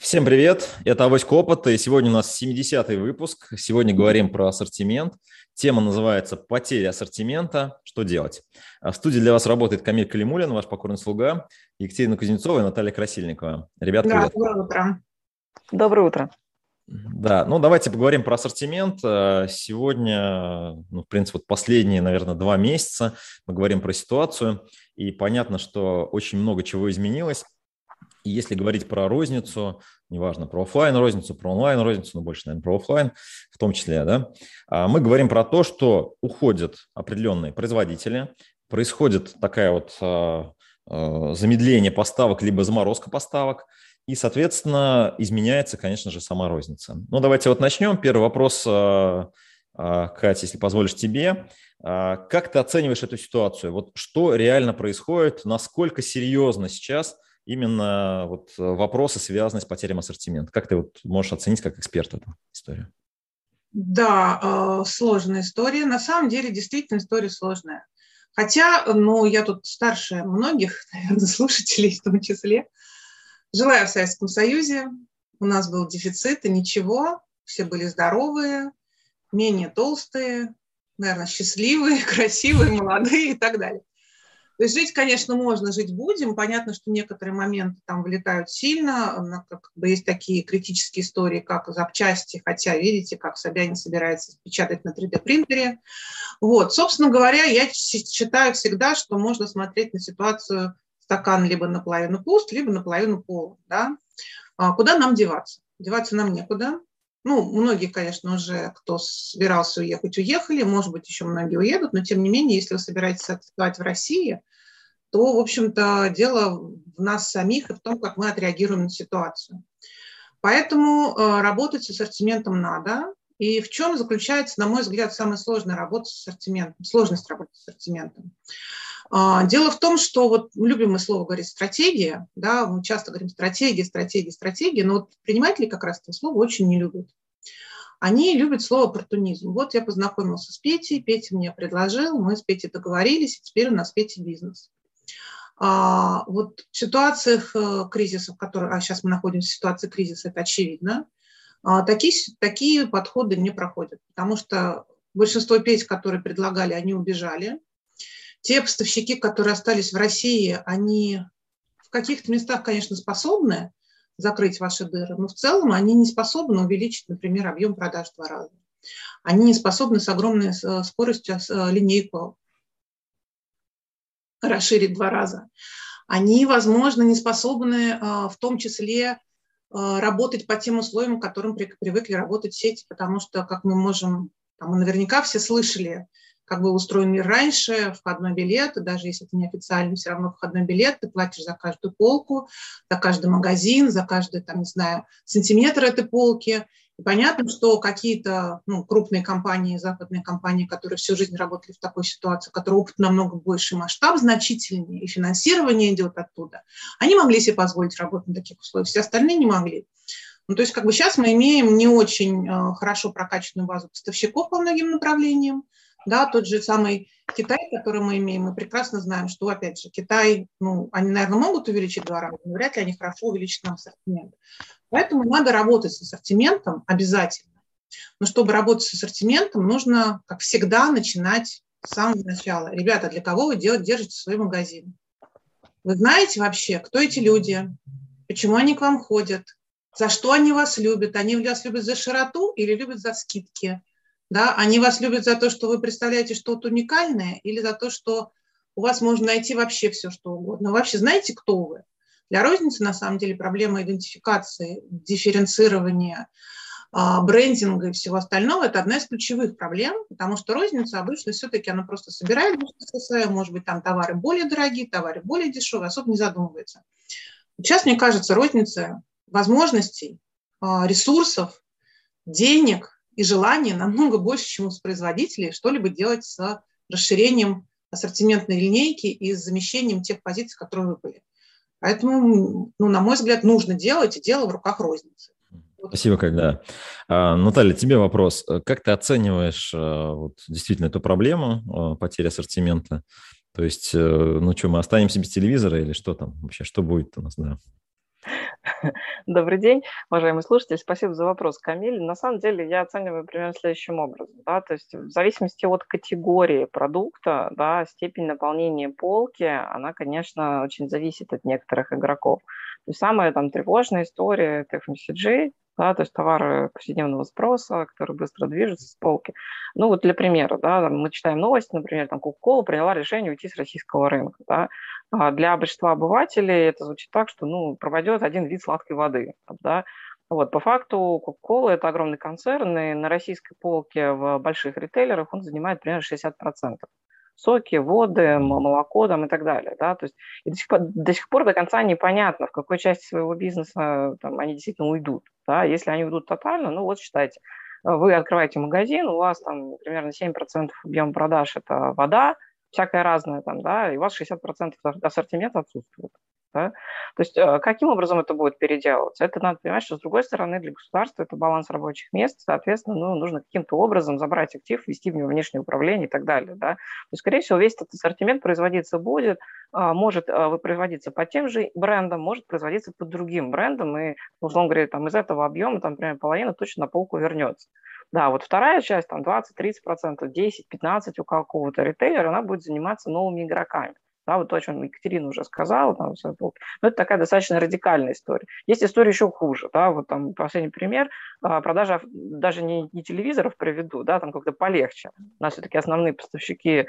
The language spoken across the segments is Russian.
Всем привет, это Авоська Опыта, и сегодня у нас 70-й выпуск. Сегодня говорим про ассортимент. Тема называется «Потеря ассортимента. Что делать?». В студии для вас работает Камиль Калимуллин, ваш покорный слуга, Екатерина Кузнецова и Наталья Красильникова. Ребят, Да, привет. доброе утро. Доброе утро. Да, давайте поговорим про ассортимент. Сегодня, в принципе, последние, наверное, 2 месяца мы говорим про ситуацию, и понятно, что очень много чего изменилось. И если говорить про розницу, неважно, про офлайн-розницу, про онлайн-розницу, но больше, наверное, про офлайн в том числе, да, мы говорим про то, что уходят определенные производители, происходит такая замедление поставок, либо заморозка поставок, и, соответственно, изменяется, конечно же, сама розница. Давайте начнем. Первый вопрос, Катя, если позволишь тебе. Как ты оцениваешь эту ситуацию? Что реально происходит, насколько серьезно сейчас именно вопросы, связанные с потерей ассортимента? Как ты можешь оценить как эксперт эту историю? Да, сложная история. На самом деле, действительно, история сложная. Хотя, я тут старше многих, наверное, слушателей в том числе. Жила я в Советском Союзе, у нас был дефицит, и ничего, все были здоровые, менее толстые, наверное, счастливые, красивые, молодые и так далее. То есть жить, конечно, можно, жить будем. Понятно, что некоторые моменты там вылетают сильно. Есть такие критические истории, как запчасти, хотя, видите, как Собянин собирается печатать на 3D-принтере. Собственно говоря, я считаю всегда, что можно смотреть на ситуацию стакан либо наполовину пуст, либо наполовину полон. Да? Куда нам деваться? Деваться нам некуда. Многие, конечно, уже, кто собирался уехать, уехали, может быть, еще многие уедут, но, тем не менее, если вы собираетесь отдыхать в России, то, в общем-то, дело в нас самих и в том, как мы отреагируем на ситуацию. Поэтому работать с ассортиментом надо. И в чем заключается, на мой взгляд, самая сложная работа с ассортиментом, сложность работы с ассортиментом? Дело в том, что любим мы слово говорить стратегия, да, мы часто говорим стратегия, но предприниматели как раз это слово очень не любят. Они любят слово оппортунизм. Я познакомился с Петей, Петя мне предложил, мы с Петей договорились, и теперь у нас Петя бизнес. В ситуациях кризисов, сейчас мы находимся в ситуации кризиса, это очевидно, такие подходы не проходят, потому что большинство Петь, которые предлагали, они убежали. Те поставщики, которые остались в России, они в каких-то местах, конечно, способны закрыть ваши дыры, но в целом они не способны увеличить, например, объем продаж в 2 раза. Они не способны с огромной скоростью линейку расширить в 2 раза. Они, возможно, не способны в том числе работать по тем условиям, к которым привыкли работать сети, потому что, как мы наверняка все слышали, как был устроен мир раньше, входной билет, даже если это неофициальный, все равно входной билет, ты платишь за каждую полку, за каждый магазин, за каждый, сантиметр этой полки. И понятно, что какие-то крупные компании, западные компании, которые всю жизнь работали в такой ситуации, у которых опыт намного больше, масштаб значительнее, и финансирование идет оттуда, они могли себе позволить работать на таких условиях, все остальные не могли. То есть сейчас мы имеем не очень хорошо прокачанную базу поставщиков по многим направлениям. Да, тот же самый Китай, который мы имеем, мы прекрасно знаем, что, опять же, Китай, они, наверное, могут увеличить в 2 раза, но вряд ли они хорошо увеличат нам ассортимент. Поэтому надо работать с ассортиментом обязательно. Но чтобы работать с ассортиментом, нужно, как всегда, начинать с самого начала. Ребята, для кого вы держите свой магазин? Вы знаете вообще, кто эти люди? Почему они к вам ходят? За что они вас любят? Они вас любят за широту или любят за скидки? Да, они вас любят за то, что вы представляете что-то уникальное, или за то, что у вас можно найти вообще все, что угодно. Вы вообще знаете, кто вы? Для розницы, на самом деле, проблема идентификации, дифференцирования, брендинга и всего остального – это одна из ключевых проблем, потому что розница обычно все-таки она просто собирает свое, может быть, там товары более дорогие, товары более дешевые, особо не задумывается. Сейчас, мне кажется, розница возможностей, ресурсов, денег и желание намного больше, чем у производителей, что-либо делать с расширением ассортиментной линейки и с замещением тех позиций, которые выпали. Поэтому, на мой взгляд, нужно делать, и дело в руках розницы. Спасибо, Кать. Наталья, тебе вопрос. Как ты оцениваешь действительно эту проблему потери ассортимента? То есть, мы останемся без телевизора или что там вообще, что будет у нас, да? Добрый день, уважаемые слушатели. Спасибо за вопрос, Камиль. На самом деле я оцениваю примерно следующим образом. Да, то есть в зависимости от категории продукта, да, степень наполнения полки, она, конечно, очень зависит от некоторых игроков. То есть самая там тревожная история – это FMCG, да, то есть товары повседневного спроса, которые быстро движутся с полки. Ну вот для примера, да, мы читаем новости, например, там Coca-Cola приняла решение уйти с российского рынка, да. Для большинства обывателей это звучит так, что ну, пропадет один вид сладкой воды. Да? Вот, по факту Coca-Cola – это огромный концерн, и на российской полке в больших ритейлерах он занимает примерно 60%. Соки, воды, молоко там, и так далее. Да? То есть, и до сих пор до конца непонятно, в какой части своего бизнеса там, они действительно уйдут. Да? Если они уйдут тотально, ну вот считайте, вы открываете магазин, у вас там примерно 7% объема продаж – это вода, всякое разное там, да, и у вас 60% ассортимента отсутствует. Да? То есть каким образом это будет переделываться? Это надо понимать, что с другой стороны для государства это баланс рабочих мест, соответственно, ну, нужно каким-то образом забрать актив, ввести в него внешнее управление и так далее. Да? То есть, скорее всего, весь этот ассортимент производиться будет, может производиться под тем же брендом, может производиться под другим брендом, и, условно говоря, там, из этого объема, там, примерно половина точно на полку вернется. Да, вот вторая часть, там 20-30%, 10-15% у какого-то ритейлера, она будет заниматься новыми игроками. Да, вот то, о чем Екатерина уже сказала, там, но это такая достаточно радикальная история. Есть история еще хуже, да, вот там последний пример, продажа даже не телевизоров приведу, да, там как-то полегче. У нас все-таки основные поставщики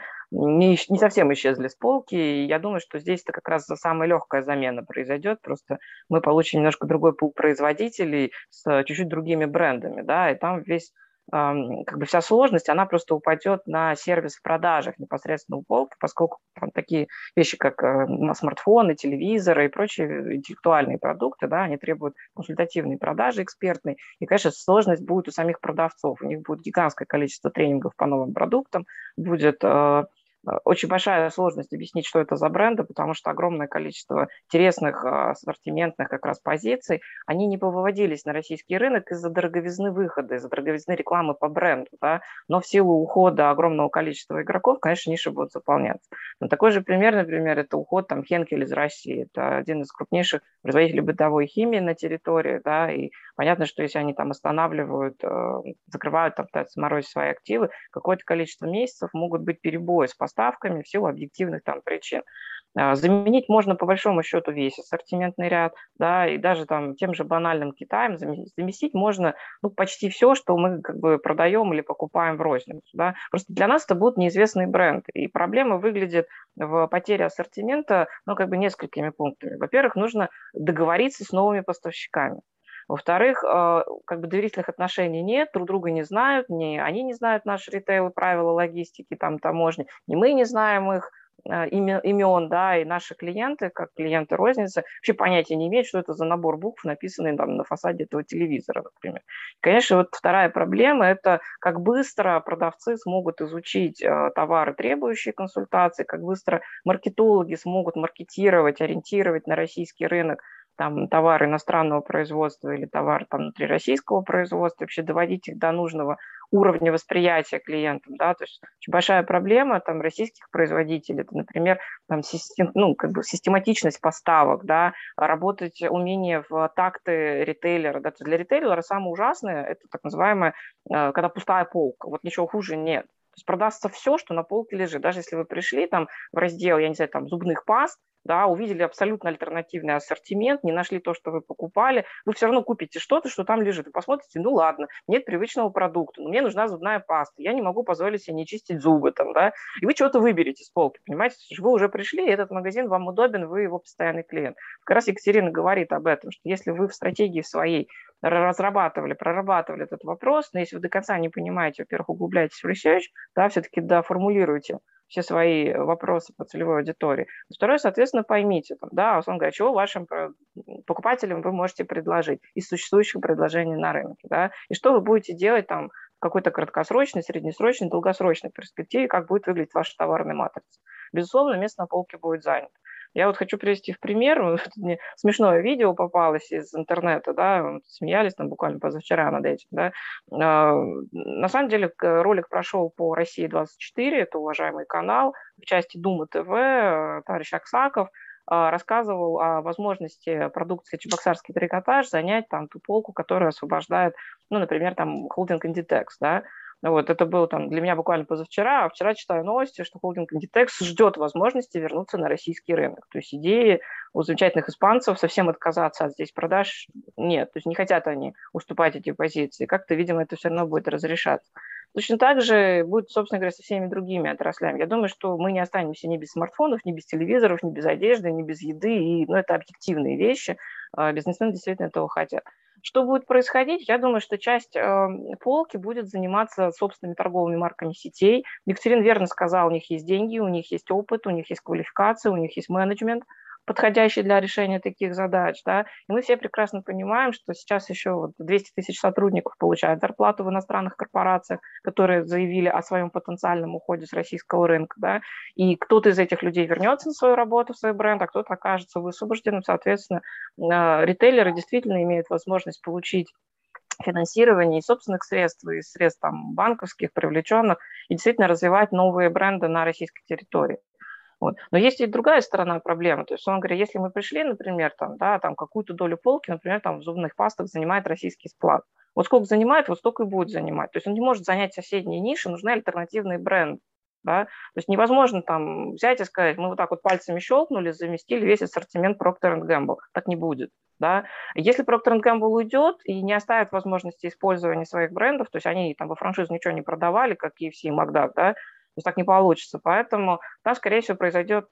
не совсем исчезли с полки, и я думаю, что здесь-то как раз самая легкая замена произойдет, просто мы получим немножко другой пул производителей с чуть-чуть другими брендами, да, и там весь как бы вся сложность, она просто упадет на сервис в продажах непосредственно у полки, поскольку там такие вещи, как смартфоны, телевизоры и прочие интеллектуальные продукты, да, они требуют консультативной продажи экспертной, и, конечно, сложность будет у самих продавцов, у них будет гигантское количество тренингов по новым продуктам, будет очень большая сложность объяснить, что это за бренды, потому что огромное количество интересных ассортиментных как раз позиций, они не повыводились на российский рынок из-за дороговизны выхода, из-за дороговизны рекламы по бренду, да? Но в силу ухода огромного количества игроков, конечно, ниши будут заполняться. Но такой же пример, например, это уход там Хенкель из России. Это один из крупнейших производителей бытовой химии на территории, да, и понятно, что если они там останавливают, закрывают, там, пытаются морозить свои активы, какое-то количество месяцев могут быть перебои с поставками в силу объективных там причин. Заменить можно по большому счету весь ассортиментный ряд, да, и даже там тем же банальным Китаем заместить можно ну, почти все, что мы как бы продаем или покупаем в розницу, да. Просто для нас это будут неизвестные бренды, и проблема выглядит в потере ассортимента, ну, как бы несколькими пунктами. Во-первых, нужно договориться с новыми поставщиками. Во-вторых, как бы доверительных отношений нет, друг друга не знают, ни они не знают наши ритейлы, правила логистики, там, таможни, ни мы не знаем их имен, да, и наши клиенты, как клиенты розницы, вообще понятия не имеют, что это за набор букв, написанный там на фасаде этого телевизора, например. Конечно, вот вторая проблема – это как быстро продавцы смогут изучить товары, требующие консультации, как быстро маркетологи смогут маркетировать, ориентировать на российский рынок там, товар иностранного производства или товар там, внутрироссийского производства, вообще доводить их до нужного уровня восприятия клиентам. Да? То есть очень большая проблема там, российских производителей, это, например, там, ну, как бы систематичность поставок, да? Работать умение в такты ритейлера. Да? Для ритейлера самое ужасное – это так называемое, когда пустая полка. Вот ничего хуже нет. То есть продастся все, что на полке лежит. Даже если вы пришли там в раздел, я не знаю, там зубных паст, да, увидели абсолютно альтернативный ассортимент, не нашли то, что вы покупали, вы все равно купите что-то, что там лежит. Вы посмотрите, ну ладно, нет привычного продукта, но мне нужна зубная паста, я не могу позволить себе не чистить зубы там, да, и вы что-то выберете с полки, понимаете, вы уже пришли, и этот магазин вам удобен, вы его постоянный клиент. Как раз Екатерина говорит об этом, что если вы в стратегии своей прорабатывали этот вопрос, но если вы до конца не понимаете, во-первых, углубляйтесь в research, да, все-таки доформулируйте все свои вопросы по целевой аудитории. Второе, соответственно, поймите, там, да, условно говоря, чего вашим покупателям вы можете предложить из существующих предложений на рынке, да, и что вы будете делать там в какой-то краткосрочной, среднесрочной, долгосрочной перспективе, как будет выглядеть ваша товарная матрица. Безусловно, место на полке будет занято. Я вот хочу привести в пример, мне смешное видео попалось из интернета, да, смеялись там буквально позавчера над этим, да. На самом деле ролик прошел по России 24, это уважаемый канал, в части Дума ТВ, товарищ Аксаков рассказывал о возможности продукции «Чебоксарский трикотаж» занять там ту полку, которая освобождает, ну, например, там холдинг Inditex, да. Вот, это было там для меня буквально позавчера, а вчера читаю новости, что холдинг Inditex ждет возможности вернуться на российский рынок. То есть идеи у замечательных испанцев совсем отказаться от здесь продаж нет. То есть не хотят они уступать эти позиции. Как-то, видимо, это все равно будет разрешаться. Точно так же будет, собственно говоря, со всеми другими отраслями. Я думаю, что мы не останемся ни без смартфонов, ни без телевизоров, ни без одежды, ни без еды. И, ну, это объективные вещи. Бизнесмены действительно этого хотят. Что будет происходить? Я думаю, что часть полки будет заниматься собственными торговыми марками сетей. Екатерина верно сказала, у них есть деньги, у них есть опыт, у них есть квалификация, у них есть менеджмент, подходящий для решения таких задач. Да? И мы все прекрасно понимаем, что сейчас еще вот 200 тысяч сотрудников получают зарплату в иностранных корпорациях, которые заявили о своем потенциальном уходе с российского рынка. Да? И кто-то из этих людей вернется на свою работу, в свой бренд, а кто-то окажется высвобожденным. Соответственно, ритейлеры действительно имеют возможность получить финансирование из собственных средств, из средств там, банковских, привлеченных, и действительно развивать новые бренды на российской территории. Вот. Но есть и другая сторона проблемы. То есть, он говорит, если мы пришли, например, там, да, там какую-то долю полки, например, там в зубных пастах занимает российский склад. Вот сколько занимает, вот столько и будет занимать. То есть он не может занять соседние ниши, нужны альтернативные бренды. Да? То есть невозможно там взять и сказать, мы вот так вот пальцами щелкнули, заместили весь ассортимент Procter & Gamble. Так не будет. Да? Если Procter & Gamble уйдет и не оставит возможности использования своих брендов, то есть они там во франшизу ничего не продавали, как KFC и Макдак, да, то есть так не получится. Поэтому там, скорее всего, произойдет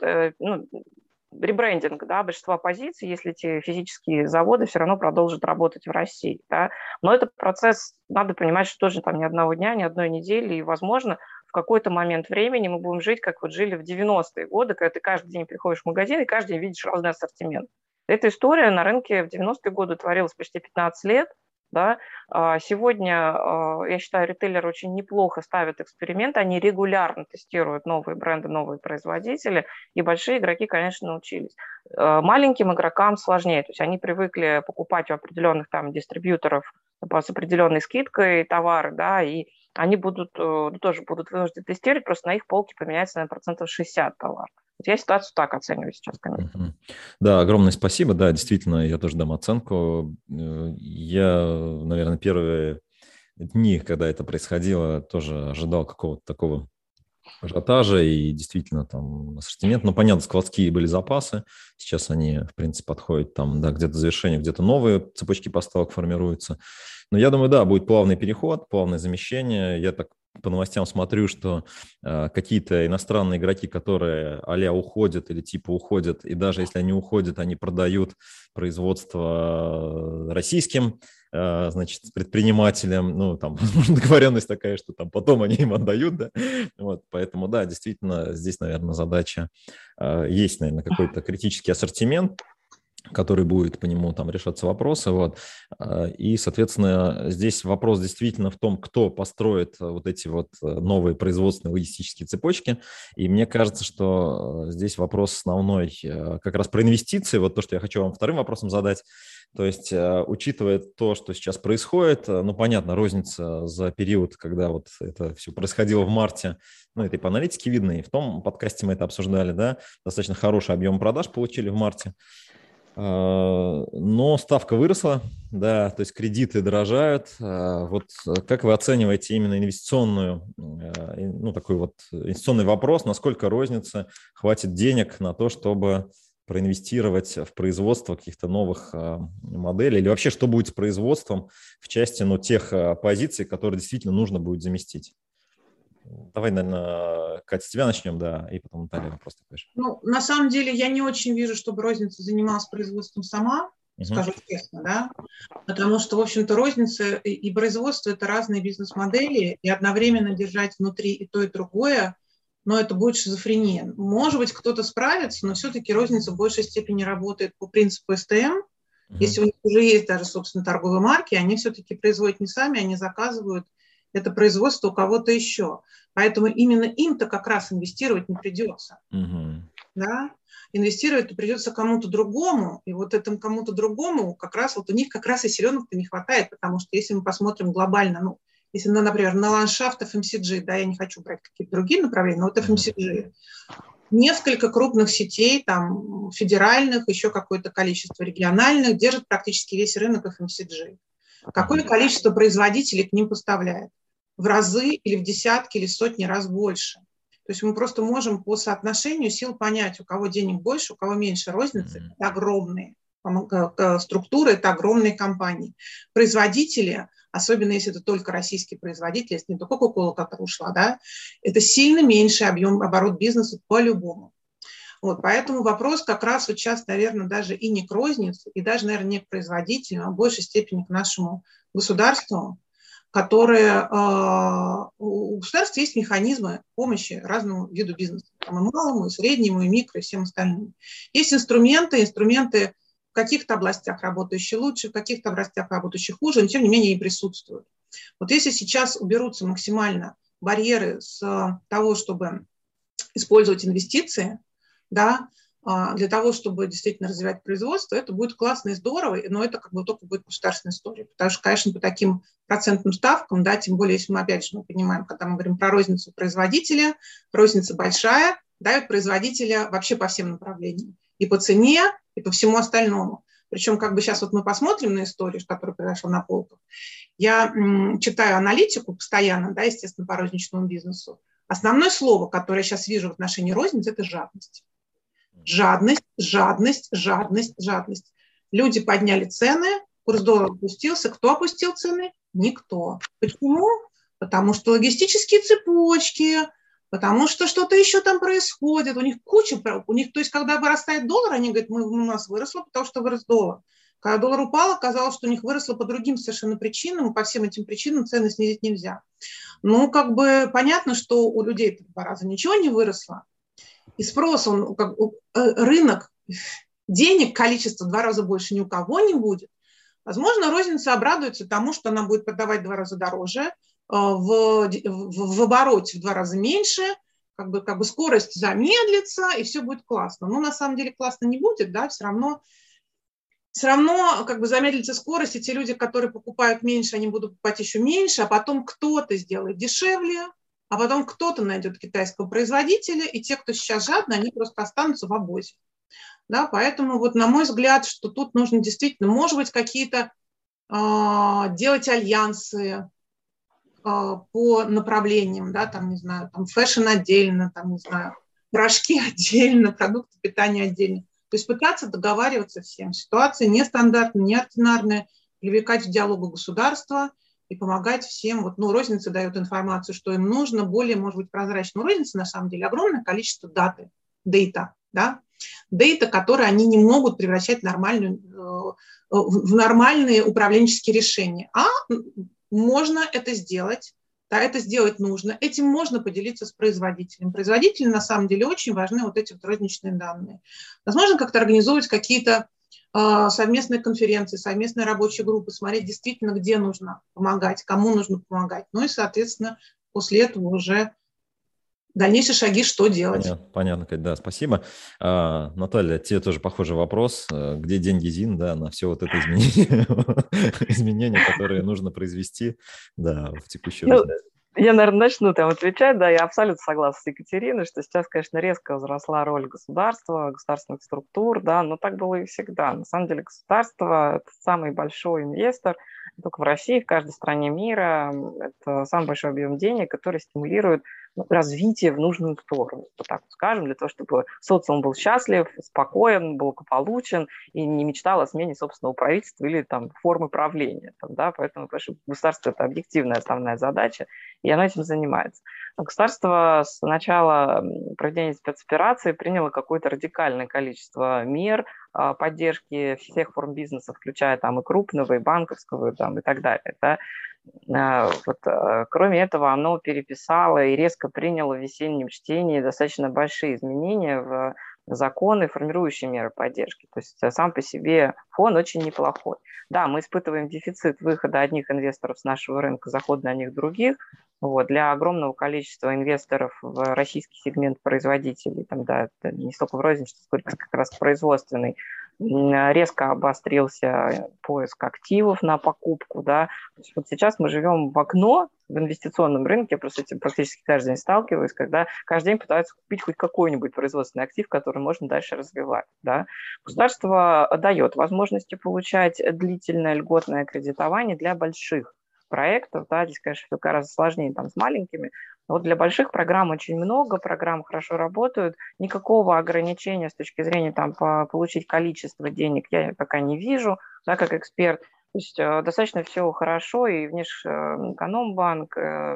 ребрендинг, да, большинства позиций, если эти физические заводы все равно продолжат работать в России. Да. Но этот процесс, надо понимать, что тоже там ни одного дня, ни одной недели, и, возможно, в какой-то момент времени мы будем жить, как вот жили в 90-е годы, когда ты каждый день приходишь в магазин и каждый день видишь разный ассортимент. Эта история на рынке в 90-е годы творилась почти 15 лет. Да. Сегодня, я считаю, ритейлеры очень неплохо ставят эксперименты, они регулярно тестируют новые бренды, новые производители, и большие игроки, конечно, научились. Маленьким игрокам сложнее, то есть они привыкли покупать у определенных там дистрибьюторов с определенной скидкой товары, да, и они тоже будут вынуждены тестировать, просто на их полке поменяется, наверное, 60% товаров. Я ситуацию так оцениваю сейчас, конечно. Да, огромное спасибо. Да, действительно, я тоже дам оценку. Я, наверное, первые дни, когда это происходило, тоже ожидал какого-то такого ажиотажа и действительно там ассортимент. Ну, понятно, складские были запасы. Сейчас они, в принципе, подходят там, да, где-то завершение, где-то новые цепочки поставок формируются. Но я думаю, да, будет плавный переход, плавное замещение. Я так по новостям смотрю, что какие-то иностранные игроки, которые а-ля уходят или типа уходят, и даже если они уходят, они продают производство российским, значит, предпринимателям, ну, там, возможно, договоренность такая, что там потом они им отдают, да, вот, поэтому, да, действительно, здесь, наверное, задача, есть, наверное, какой-то критический ассортимент, который будет по нему там решаться вопросы, вот, и, соответственно, здесь вопрос действительно в том, кто построит вот эти вот новые производственные логистические цепочки, и мне кажется, что здесь вопрос основной как раз про инвестиции, вот то, что я хочу вам вторым вопросом задать, то есть, учитывая то, что сейчас происходит, ну, понятно, розница за период, когда вот это все происходило в марте, ну, это и по аналитике видно, и в том подкасте мы это обсуждали, да, достаточно хороший объем продаж получили в марте, но ставка выросла, да, то есть кредиты дорожают. Вот как вы оцениваете именно инвестиционную, ну, такой вот инвестиционный вопрос, насколько розница хватит денег на то, чтобы проинвестировать в производство каких-то новых моделей, или вообще что будет с производством в части, ну, тех позиций, которые действительно нужно будет заместить? Давай, наверное, Катя, с тебя начнем, да, и потом Наталья вопрос такой же. Ну, на самом деле, я не очень вижу, чтобы розница занималась производством сама, скажу честно, да, потому что, в общем-то, розница и производство – это разные бизнес-модели, и одновременно держать внутри и то, и другое, но это будет шизофрения. Может быть, кто-то справится, но все-таки розница в большей степени работает по принципу СТМ. Если у них уже есть даже, собственно, торговые марки, они все-таки производят не сами, они заказывают это производство у кого-то еще. Поэтому именно им-то как раз инвестировать не придется. Да? Инвестировать придется кому-то другому, и вот этому кому-то другому как раз вот у них как раз и силенок-то не хватает, потому что если мы посмотрим глобально, ну, если, например, на ландшафт FMCG, да, я не хочу брать какие-то другие направления, но вот FMCG, Несколько крупных сетей, там, федеральных, еще какое-то количество региональных, держат практически весь рынок FMCG. Какое количество производителей к ним поставляет? В разы или в десятки или сотни раз больше. То есть мы просто можем по соотношению сил понять, у кого денег больше, у кого меньше. Розницы – это огромные структуры, это огромные компании. Производители, особенно если это только российские производители, если не только Coca-Cola, которая ушла, да, это сильно меньший оборот бизнеса по-любому. Вот, поэтому вопрос как раз вот сейчас, наверное, даже и не к рознице, и даже, наверное, не к производителям, а в большей степени к нашему государству, которое у государства есть механизмы помощи разному виду бизнеса, там и малому, и среднему, и микро, и всем остальным. Есть инструменты в каких-то областях работающие лучше, в каких-то областях работающие хуже, но тем не менее и присутствуют. Вот если сейчас уберутся максимально барьеры с того, чтобы использовать инвестиции, да, для того, чтобы действительно развивать производство, это будет классно и здорово, но это как бы только будет государственная история. Потому что, конечно, по таким процентным ставкам, да, тем более, если мы, опять же, мы понимаем, когда мы говорим про розницу производителя, розница большая, давит производителя вообще по всем направлениям. И по цене, и по всему остальному. Причем, как бы сейчас вот мы посмотрим на историю, которая произошла на полках. Я читаю аналитику постоянно, да, естественно, по розничному бизнесу. Основное слово, которое я сейчас вижу в отношении розницы, это жадность. Жадность, жадность, жадность, жадность. Люди подняли цены, курс доллара опустился. Кто опустил цены? Никто. Почему? Потому что логистические цепочки, потому что что-то еще там происходит. У них куча, то есть когда вырастает доллар, они говорят, у нас выросло, потому что вырос доллар. Когда доллар упал, оказалось, что у них выросло по другим совершенно причинам, и по всем этим причинам цены снизить нельзя. Ну, как бы понятно, что у людей в 2 раза ничего не выросло, и спрос, рынок денег, количество в 2 раза больше ни у кого не будет. Возможно, розница обрадуется тому, что она будет продавать в 2 раза дороже, в обороте в 2 раза меньше, как бы скорость замедлится, и все будет классно. Но на самом деле классно не будет, да, все равно как бы замедлится скорость, и те люди, которые покупают меньше, они будут покупать еще меньше, а потом кто-то сделает дешевле, а потом кто-то найдет китайского производителя, и те, кто сейчас жадны, они просто останутся в обозе. Да, поэтому, вот, на мой взгляд, что тут нужно действительно, может быть, какие-то делать альянсы по направлениям, да, там, не знаю, там фэшн отдельно, там, не знаю, порошки отдельно, продукты питания отдельно. То есть пытаться договариваться всем. Ситуация нестандартная, неординарная, привлекать в диалог государства и помогать всем. Вот, розница дает информацию, что им нужно, более, может быть, прозрачно. У розницы, на самом деле, огромное количество дейта, да, дейта, которые они не могут превращать в нормальные управленческие решения. А можно это сделать, да, это сделать нужно. Этим можно поделиться с производителем. Производители, на самом деле, очень важны вот эти вот розничные данные. Возможно, как-то организовывать какие-то совместные конференции, совместные рабочие группы, смотреть действительно, где нужно помогать, кому нужно помогать. Ну и, соответственно, после этого уже дальнейшие шаги, что делать. Понятно, Кать, да, спасибо. Наталья, тебе тоже похожий вопрос. Где деньги ЗИН, да, на все вот это изменения, которые нужно произвести, да, в текущей жизни? Я, наверное, начну там отвечать. Да, я абсолютно согласна с Екатериной, что сейчас, конечно, резко возросла роль государства, государственных структур, да, но так было и всегда. На самом деле государство – это самый большой инвестор, не только в России, в каждой стране мира. Это самый большой объем денег, который стимулирует развитие в нужную сторону, вот так вот скажем, для того, чтобы социум был счастлив, спокоен, благополучен и не мечтал о смене собственного правительства или там формы правления. Да? Поэтому, конечно, государство – это объективная основная задача, и оно этим занимается. Но государство с начала проведения спецоперации приняло какое-то радикальное количество мер поддержки всех форм бизнеса, включая там и крупного, и банковского, там, и так далее. Да? Кроме этого, оно переписало и резко приняло в весеннем чтении достаточно большие изменения в законы, формирующие меры поддержки. То есть сам по себе фон очень неплохой. Да, мы испытываем дефицит выхода одних инвесторов с нашего рынка, захода на них других. Вот. Для огромного количества инвесторов в российский сегмент производителей, там, да, не столько в розничный, сколько как раз производственный, резко обострился поиск активов на покупку, да. То есть вот сейчас мы живем в окно в инвестиционном рынке, я просто с этим практически каждый день сталкиваюсь, когда каждый день пытаются купить хоть какой-нибудь производственный актив, который можно дальше развивать, да. Государство дает возможности получать длительное льготное кредитование для больших проектов, да, здесь, конечно, все гораздо сложнее там с маленькими. Но вот для больших программ очень много, программы хорошо работают, никакого ограничения с точки зрения там получить количество денег я пока не вижу, да, как эксперт. То есть достаточно все хорошо, и Внешэкономбанк,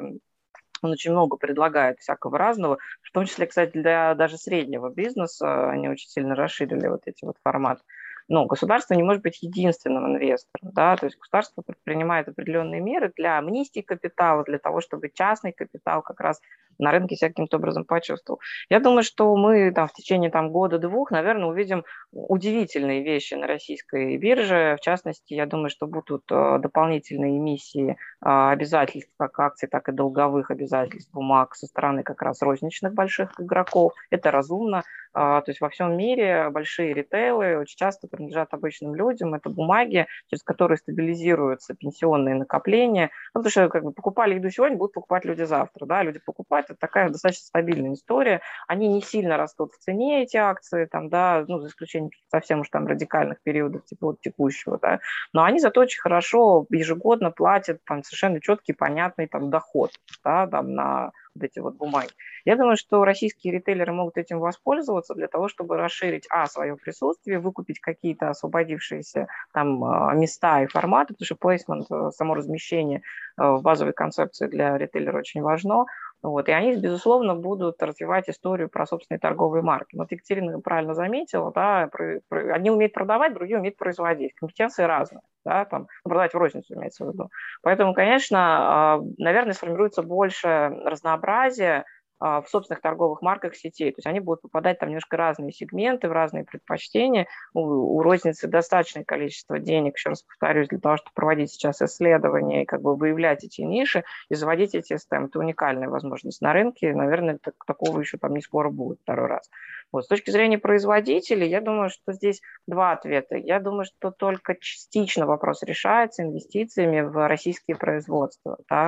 он очень много предлагает всякого разного, в том числе, кстати, для даже среднего бизнеса они очень сильно расширили вот эти вот форматы. Но государство не может быть единственным инвестором, да, то есть государство предпринимает определенные меры для амнистии капитала, для того, чтобы частный капитал как раз на рынке себя каким-то образом почувствовал. Я думаю, что мы там в течение там, года-двух, наверное, увидим удивительные вещи на российской бирже. В частности, я думаю, что будут дополнительные эмиссии обязательств, как акций, так и долговых обязательств бумаг со стороны как раз розничных больших игроков. Это разумно. То есть во всем мире большие ритейлы очень часто принадлежат обычным людям. Это бумаги, через которые стабилизируются пенсионные накопления. Ну, потому что как бы, покупали еду сегодня, будут покупать люди завтра. Да? Люди покупают. Это такая достаточно стабильная история. Они не сильно растут в цене, эти акции, там, да, ну, за исключением совсем уж там радикальных периодов, типа вот текущего. Да? Но они зато очень хорошо ежегодно платят там, совершенно четкий, понятный там, доход, да, там, на вот эти вот бумаги. Я думаю, что российские ритейлеры могут этим воспользоваться для того, чтобы расширить, свое присутствие, выкупить какие-то освободившиеся там места и форматы, потому что плейсмент, само размещение в базовой концепции для ритейлера очень важно. Вот, и они, безусловно, будут развивать историю про собственные торговые марки. Вот Екатерина правильно заметила, да, одни умеют продавать, другие умеют производить. Компетенции разные, да, там, продавать в розницу имеется в виду. Поэтому, конечно, наверное, сформируется больше разнообразия в собственных торговых марках сетей. То есть они будут попадать там немножко разные сегменты, в разные предпочтения. У розницы достаточное количество денег, еще раз повторюсь, для того, чтобы проводить сейчас исследования и как бы выявлять эти ниши и заводить эти STEM. Это уникальная возможность на рынке. Наверное, такого еще там не скоро будет второй раз. Вот. С точки зрения производителей, я думаю, что здесь два ответа. Я думаю, что только частично вопрос решается инвестициями в российские производства. Да.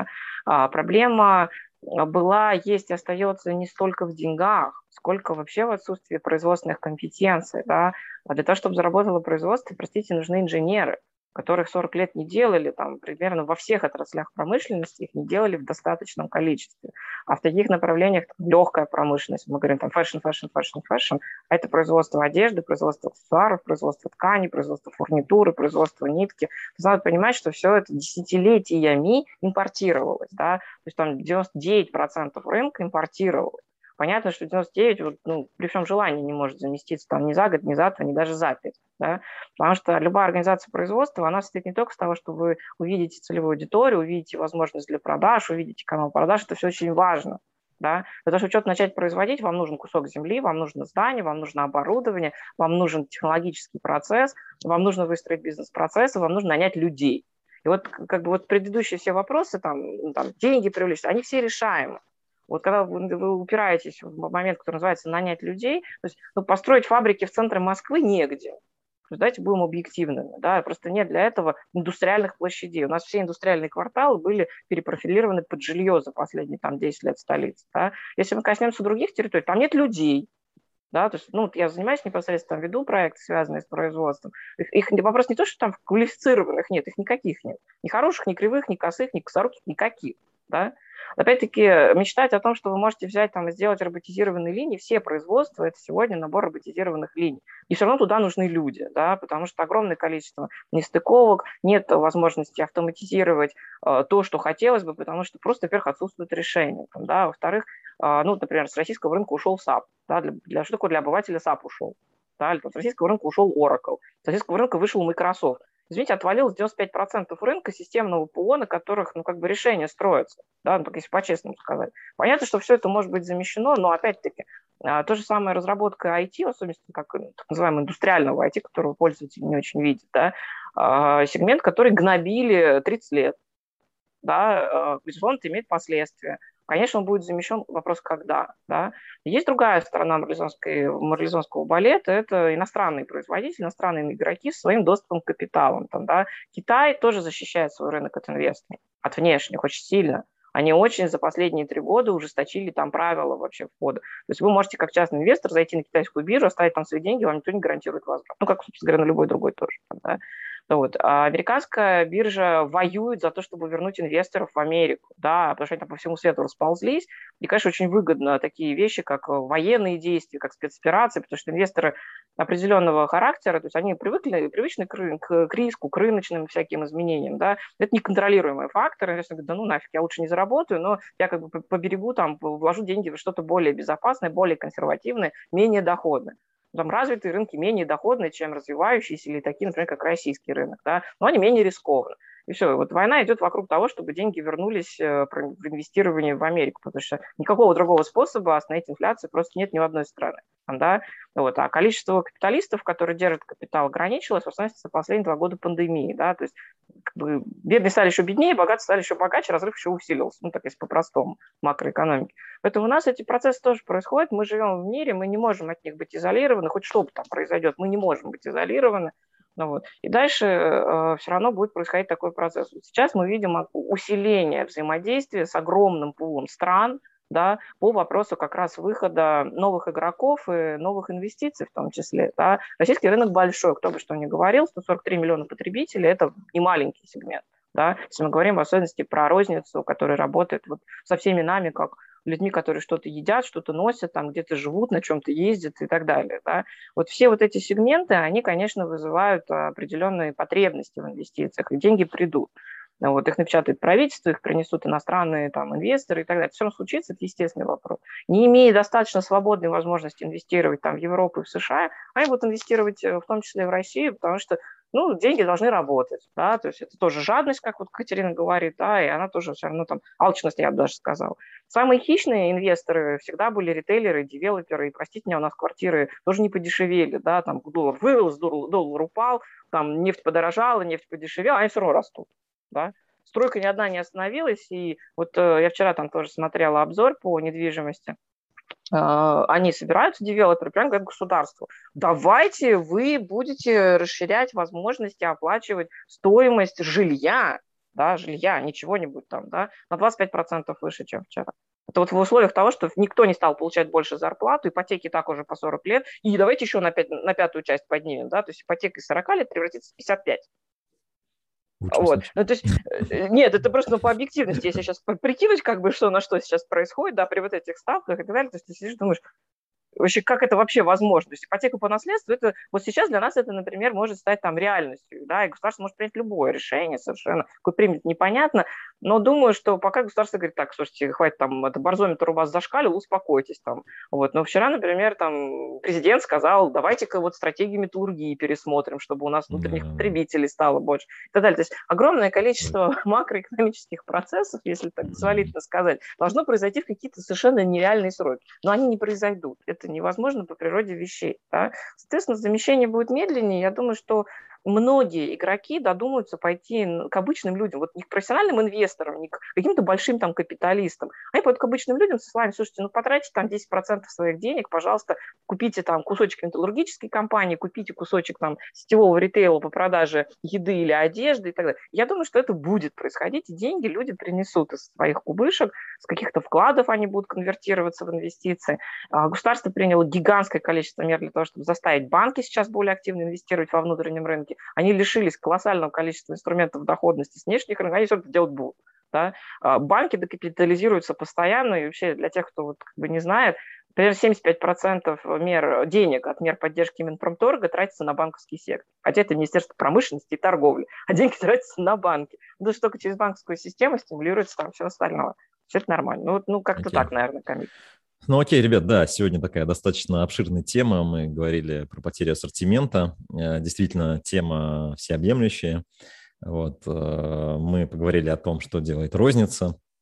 Проблема была, есть и остается не столько в деньгах, сколько вообще в отсутствии производственных компетенций. Да? А для того, чтобы заработало производство, простите, нужны инженеры, которых 40 лет не делали, там, примерно во всех отраслях промышленности их не делали в достаточном количестве. А в таких направлениях там, легкая промышленность, мы говорим там фэшн, а это производство одежды, производство аксессуаров, производство тканей, производство фурнитуры, производство нитки. Надо понимать, что все это десятилетиями импортировалось. Да? То есть там 99% рынка импортировалось. Понятно, что 99, вот, ну, при всем желании не может заместиться там ни за год, ни за два, ни даже за 5. Да? Потому что любая организация производства, она состоит не только из того, что вы увидите целевую аудиторию, увидите возможность для продаж, увидите канал продаж, это все очень важно. Да? Для того, чтобы что-то начать производить, вам нужен кусок земли, вам нужно здание, вам нужно оборудование, вам нужен технологический процесс, вам нужно выстроить бизнес-процессы, вам нужно нанять людей. И вот как бы вот предыдущие все вопросы, там деньги привлечь, они все решаемы. Вот когда вы упираетесь в момент, который называется нанять людей, то есть построить фабрики в центре Москвы негде. Давайте будем объективными. Да? Просто нет для этого индустриальных площадей. У нас все индустриальные кварталы были перепрофилированы под жилье за последние там, 10 лет столицы. Да? Если мы коснемся других территорий, там нет людей. Да, то есть, ну, я занимаюсь непосредственно, веду проекты, связанные с производством. Их вопрос не то, что там квалифицированных нет, их никаких нет. Ни хороших, ни кривых, ни косых, ни косоруких, никаких. Да? Опять-таки, мечтать о том, что вы можете взять там и сделать роботизированные линии, все производства – это сегодня набор роботизированных линий. И все равно туда нужны люди, да, потому что огромное количество нестыковок, нет возможности автоматизировать то, что хотелось бы, потому что просто, во-первых, отсутствует решение. Там, да, во-вторых, ну, например, с российского рынка ушел SAP. Да, что такое для обывателя SAP ушел? Да, или, там, с российского рынка ушел Oracle. С российского рынка вышел Microsoft. Извините, отвалилось 95% рынка системного ПО, на которых, ну, как бы решения строятся, да, ну, так если по-честному сказать. Понятно, что все это может быть замещено, но, опять-таки, то же самое разработка IT, в особенности, как так называемого индустриального IT, которого пользователь не очень видит, да, сегмент, который гнобили 30 лет, да, безусловно, это имеет последствия. Конечно, он будет замещен, вопрос когда. Да? Есть другая сторона марлезонского балета, это иностранные производители, иностранные игроки с своим доступом к капиталам. Там, да? Китай тоже защищает свой рынок от инвесторов, от внешних очень сильно. Они очень за последние 3 года ужесточили там правила вообще входа. То есть вы можете как частный инвестор зайти на китайскую биржу, оставить там свои деньги, вам никто не гарантирует возврат. Ну, как, собственно говоря, на любой другой тоже. Да? Вот. А американская биржа воюет за то, чтобы вернуть инвесторов в Америку, да, потому что они там по всему свету расползлись. И, конечно, очень выгодно такие вещи, как военные действия, как спецоперации, потому что инвесторы определенного характера, то есть они привычны к риску, к рыночным всяким изменениям, да, это неконтролируемые факторы. Инвестор говорит, да ну нафиг, я лучше не заработаю, но я как бы поберегу, там, вложу деньги в что-то более безопасное, более консервативное, менее доходное. Там развитые рынки менее доходные, чем развивающиеся, или такие, например, как российский рынок, да, но они менее рискованы. И все, вот война идет вокруг того, чтобы деньги вернулись в инвестирование в Америку, потому что никакого другого способа остановить инфляцию просто нет ни в одной стране. Да? Вот. А количество капиталистов, которые держат капитал, ограничилось, в основном, за последние 2 года пандемии. Да? То есть как бы, бедные стали еще беднее, богатые стали еще богаче, разрыв еще усилился, ну так если по-простому, макроэкономике. Поэтому у нас эти процессы тоже происходят, мы живем в мире, мы не можем от них быть изолированы, хоть что бы там произойдет, мы не можем быть изолированы. Ну, вот. И дальше все равно будет происходить такой процесс. Вот сейчас мы видим усиление взаимодействия с огромным пулом стран, да, по вопросу как раз выхода новых игроков и новых инвестиций в том числе. Да. Российский рынок большой, кто бы что ни говорил, 143 миллиона потребителей – это не маленький сегмент. Да. Если мы говорим в особенности про розницу, которая работает вот со всеми нами, как людьми, которые что-то едят, что-то носят, там где-то живут, на чем-то ездят и так далее. Да. Вот все вот эти сегменты, они, конечно, вызывают определенные потребности в инвестициях, и деньги придут. Вот, их напечатает правительство, их принесут иностранные там, инвесторы и так далее. Все равно случится, это естественный вопрос. Не имея достаточно свободной возможности инвестировать там, в Европу и в США, они будут инвестировать в том числе и в Россию, потому что ну, деньги должны работать, да, то есть это тоже жадность, как вот Катерина говорит, да, и она тоже все равно там, алчность, я бы даже сказала. Самые хищные инвесторы всегда были ритейлеры, девелоперы, и, простите меня, у нас квартиры тоже не подешевели, да, там доллар вырос, доллар упал, там нефть подорожала, нефть подешевела, они все равно растут, да. Стройка ни одна не остановилась, и вот я вчера там тоже смотрела обзор по недвижимости, они собираются, девелоперы, прямо говорят государству, давайте вы будете расширять возможности оплачивать стоимость жилья, да, жилья, не чего-нибудь там, да, на 25% выше, чем вчера. Это вот в условиях того, что никто не стал получать больше зарплату, ипотеки так уже по 40 лет, и давайте еще на 5-ю часть поднимем, да, то есть ипотека из 40 лет превратится в 55. Вот. Ну, то есть, нет, это просто ну, по объективности, если сейчас прикинуть, как бы, что на что сейчас происходит, да, при вот этих ставках и так далее, то есть ты сидишь, думаешь, вообще, как это вообще возможно? То есть ипотека по наследству, это вот сейчас для нас это, например, может стать там реальностью, да, и государство может принять любое решение совершенно, какое примет, непонятно, но думаю, что пока государство говорит, так, слушайте, хватит там, это барзометр у вас зашкалил, успокойтесь там, вот, но вчера, например, там президент сказал, давайте-ка вот стратегию металлургии пересмотрим, чтобы у нас внутренних потребителей стало больше и так далее. То есть огромное количество макроэкономических процессов, если так позволительно сказать, должно произойти в какие-то совершенно нереальные сроки, но они не произойдут, это невозможно по природе вещей. Да? Соответственно, замещение будет медленнее. Я думаю, что многие игроки додумаются пойти к обычным людям, вот не к профессиональным инвесторам, не к каким-то большим там капиталистам. Они пойдут к обычным людям со словами, слушайте, ну потратьте там 10% своих денег, пожалуйста, купите там кусочек металлургической компании, купите кусочек там сетевого ритейла по продаже еды или одежды и так далее. Я думаю, что это будет происходить, и деньги люди принесут из своих кубышек, с каких-то вкладов они будут конвертироваться в инвестиции. Государство приняло гигантское количество мер для того, чтобы заставить банки сейчас более активно инвестировать во внутреннем рынке. Они лишились колоссального количества инструментов доходности с внешних рынков, они все это делать будут. Да? Банки докапитализируются постоянно, и вообще для тех, кто вот как бы не знает, примерно 75% мер денег от мер поддержки Минпромторга тратится на банковский сектор. Хотя это Министерство промышленности и торговли, а деньги тратятся на банки. Потому что только через банковскую систему стимулируется там все остальное. Все это нормально. Ну как-то так, наверное, Камиль. Ну окей, ребят, да, сегодня такая достаточно обширная тема. Мы говорили про потерю ассортимента. Действительно, тема всеобъемлющая. Вот. Мы поговорили о том, что делает розница.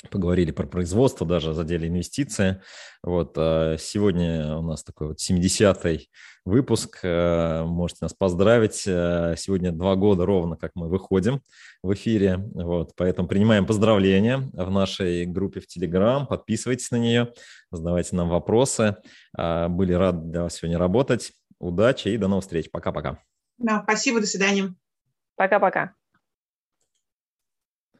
поговорили про производство, даже задели инвестиции. Вот, сегодня у нас такой вот 70-й выпуск. Можете нас поздравить. Сегодня 2 года ровно, как мы выходим в эфире. Вот, поэтому принимаем поздравления в нашей группе в Telegram. Подписывайтесь на нее, задавайте нам вопросы. Были рады для вас сегодня работать. Удачи и до новых встреч. Пока-пока. Да, спасибо, до свидания. Пока-пока.